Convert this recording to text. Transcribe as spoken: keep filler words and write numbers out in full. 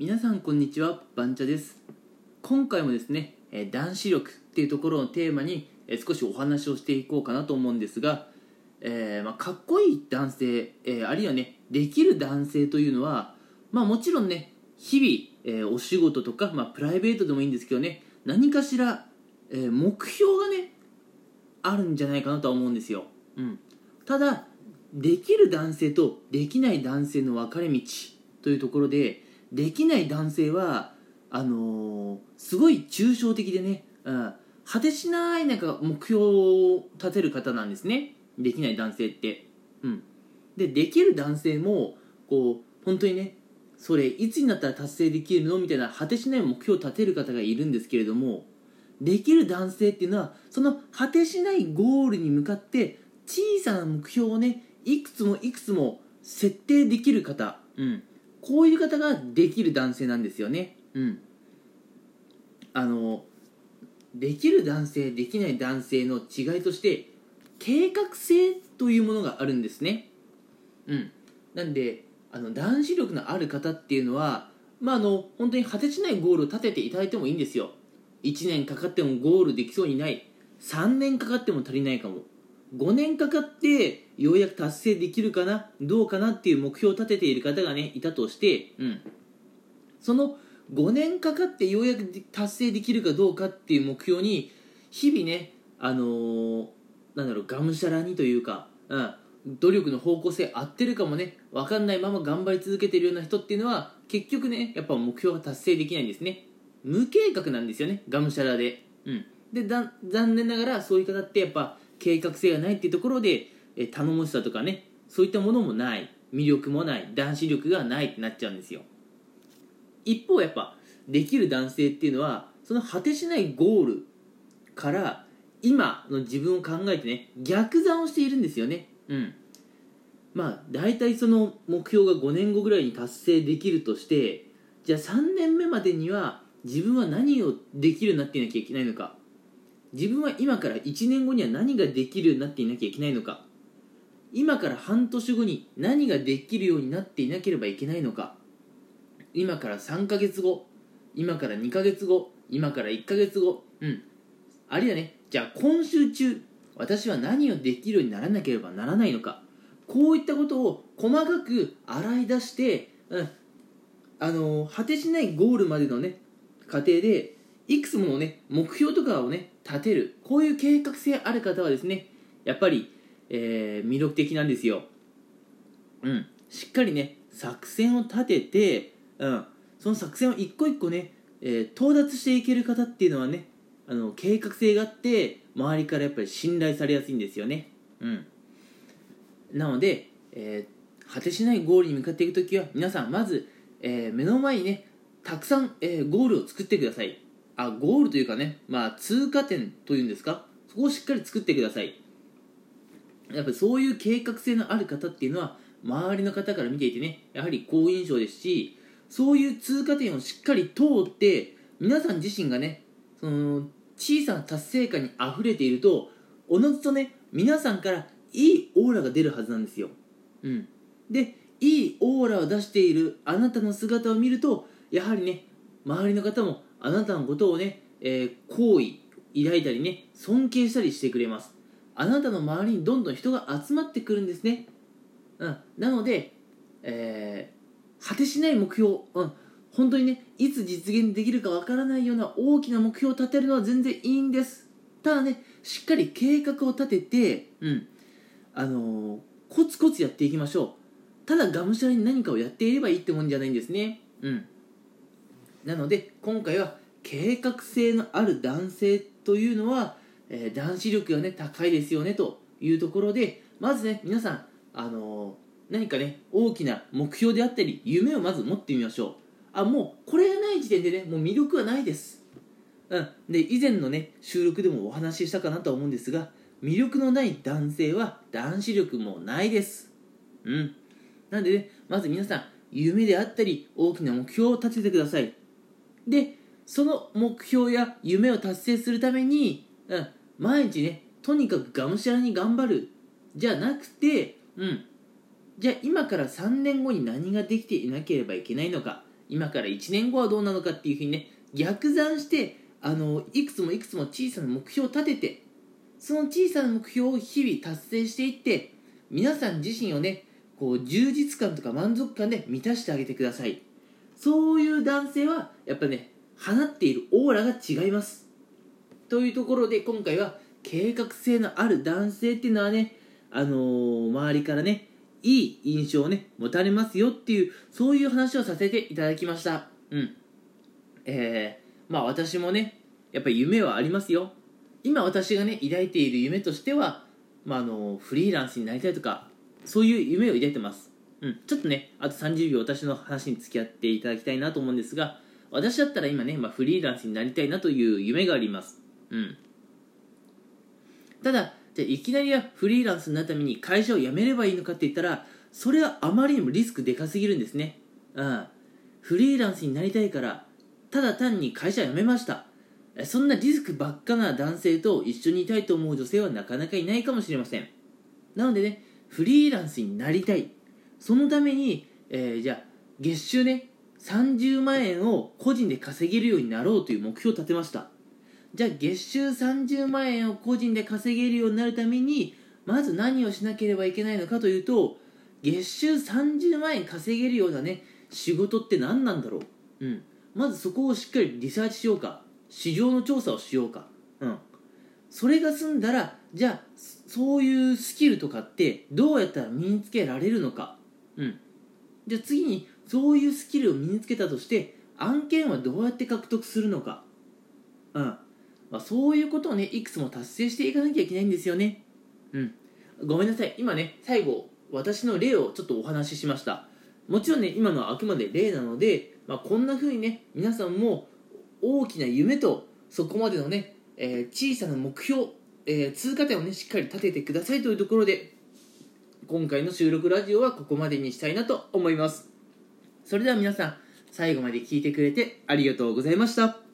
皆さんこんにちは、バンチャです。今回もですね、えー男子力っていうところのテーマに、えー少しお話をしていこうかなと思うんですが、えーまあ、かっこいい男性、えーあるいはね、できる男性というのは、まあもちろんね、日々、えーお仕事とか、まあ、プライベートでもいいんですけどね、何かしら、えー目標がね、あるんじゃないかなとは思うんですよ。うん。ただ、できる男性とできない男性の分かれ道というところで、できない男性はあのーすごい抽象的でね、うん、果てしないなんか目標を立てる方なんですね、できない男性って。うん、でできる男性もこう本当にね、それいつになったら達成できるのみたいな果てしない目標を立てる方がいるんですけれども、できる男性っていうのはその果てしないゴールに向かって小さな目標をね、いくつもいくつも設定できる方、うん、こういう方ができる男性なんですよね。うん、あのできる男性できない男性の違いとして計画性というものがあるんですね。うん、なんであの男子力のある方っていうのは、まあ、あの本当に果てしないゴールを立てていただいてもいいんですよ。いちねんかかってもゴールできそうにない、さんねんかかっても足りないかも、ごねんかかってようやく達成できるかなどうかなっていう目標を立てている方がねいたとして、うん、そのごねんかかってようやく達成できるかどうかっていう目標に日々ね、あのー、なんだろう、がむしゃらにというか、うん、努力の方向性合ってるかもね分かんないまま頑張り続けてるような人っていうのは結局ね、やっぱ目標が達成できないんですね。無計画なんですよね、がむしゃらで。うん、でだ残念ながらそういう方ってやっぱ計画性がないっていうところで、え頼もしさとかね、そういったものもない、魅力もない、男子力がないってなっちゃうんですよ。一方やっぱできる男性っていうのはその果てしないゴールから今の自分を考えてね、逆算をしているんですよね。うん、まあ大体その目標がごねんごぐらいに達成できるとして、じゃあさんねんめまでには自分は何をできるようになっていなきゃいけないのか、自分は今からいちねんごには何ができるようになっていなきゃいけないのか、今から半年後に何ができるようになっていなければいけないのか、今からさんかげつご、今からにかげつご、今からいっかげつご、うん、あるいはね、じゃあ今週中私は何をできるようにならなければならないのか、こういったことを細かく洗い出して、うん、あのー、果てしないゴールまでのね過程でいくつものね目標とかをね立てる、こういう計画性ある方はですね、やっぱり、えー、魅力的なんですよ。うん、しっかりね作戦を立てて、うん、その作戦を一個一個ね、えー、到達していける方っていうのはね、あの計画性があって周りからやっぱり信頼されやすいんですよね。うん、なので、えー、果てしないゴールに向かっていくときは皆さんまず、えー、目の前にねたくさん、えー、ゴールを作ってください。あゴールというかね、まあ通過点というんですか、そこをしっかり作ってください。やっぱりそういう計画性のある方っていうのは周りの方から見ていてね、やはり好印象ですし、そういう通過点をしっかり通って皆さん自身がね、その小さな達成感にあふれていると、おのずとね皆さんからいいオーラが出るはずなんですよ。うん、でいいオーラを出しているあなたの姿を見ると、やはりね周りの方もあなたのことをね、えー、好意抱いたりね尊敬したりしてくれます。あなたの周りにどんどん人が集まってくるんですね。うん、なので、えー、果てしない目標、うん、本当にねいつ実現できるかわからないような大きな目標を立てるのは全然いいんです。ただねしっかり計画を立てて、うんあのー、コツコツやっていきましょう。ただがむしゃらに何かをやっていればいいってもんじゃないんですね。うんなので今回は計画性のある男性というのは、えー、男子力がね高いですよねというところで、まずね皆さん、あのー、何かね大きな目標であったり夢をまず持ってみましょう。あもうこれがない時点でねもう魅力はないです。うん、で以前のね収録でもお話ししたかなとは思うんですが、魅力のない男性は男子力もないです。うんなんでねまず皆さん夢であったり大きな目標を立ててください。でその目標や夢を達成するために、うん、毎日ねとにかくがむしゃらに頑張るじゃなくて、うん、じゃあ今からさんねんごに何ができていなければいけないのか、 今からいちねんごはどうなのかっていうふうにね、逆算してあのいくつもいくつも小さな目標を立てて、その小さな目標を日々達成していって、皆さん自身をねこう充実感とか満足感で満たしてあげてください。そういう男性はやっぱね放っているオーラが違います。というところで今回は計画性のある男性っていうのはね、あのー、周りからねいい印象をね持たれますよっていう、そういう話をさせていただきました。うんえー、まあ私もねやっぱり夢はありますよ。今私がね抱いている夢としては、まあ、あのフリーランスになりたいとか、そういう夢を抱いてます。うん、ちょっとねあとさんじゅうびょう私の話に付き合っていただきたいなと思うんですが、私だったら今ね、まあ、フリーランスになりたいなという夢があります。うん、ただじゃあいきなりはフリーランスになるために会社を辞めればいいのかって言ったら、それはあまりにもリスクでかすぎるんですね。うん、フリーランスになりたいからただ単に会社辞めました、そんなリスクばっかな男性と一緒にいたいと思う女性はなかなかいないかもしれません。なのでね、フリーランスになりたい、そのために、えー、じゃあ月収ねさんじゅうまんえんを個人で稼げるようになろうという目標を立てました。じゃあ月収さんじゅうまんえんを個人で稼げるようになるためにまず何をしなければいけないのかというと、月収さんじゅうまんえん稼げるようなね仕事って何なんだろう、うん、まずそこをしっかりリサーチしようか、市場の調査をしようか、うん、それが済んだら、じゃあそういうスキルとかってどうやったら身につけられるのか、うん、じゃあ次にそういうスキルを身につけたとして案件はどうやって獲得するのか、うんまあ、そういうことをねいくつも達成していかなきゃいけないんですよね。うん、ごめんなさい、今ね最後私の例をちょっとお話ししました。もちろんね今のはあくまで例なので、まあ、こんな風にね皆さんも大きな夢とそこまでのね、えー、小さな目標、えー、通過点をねしっかり立ててくださいというところで、今回の収録ラジオはここまでにしたいなと思います。それでは皆さん最後まで聞いてくれてありがとうございました。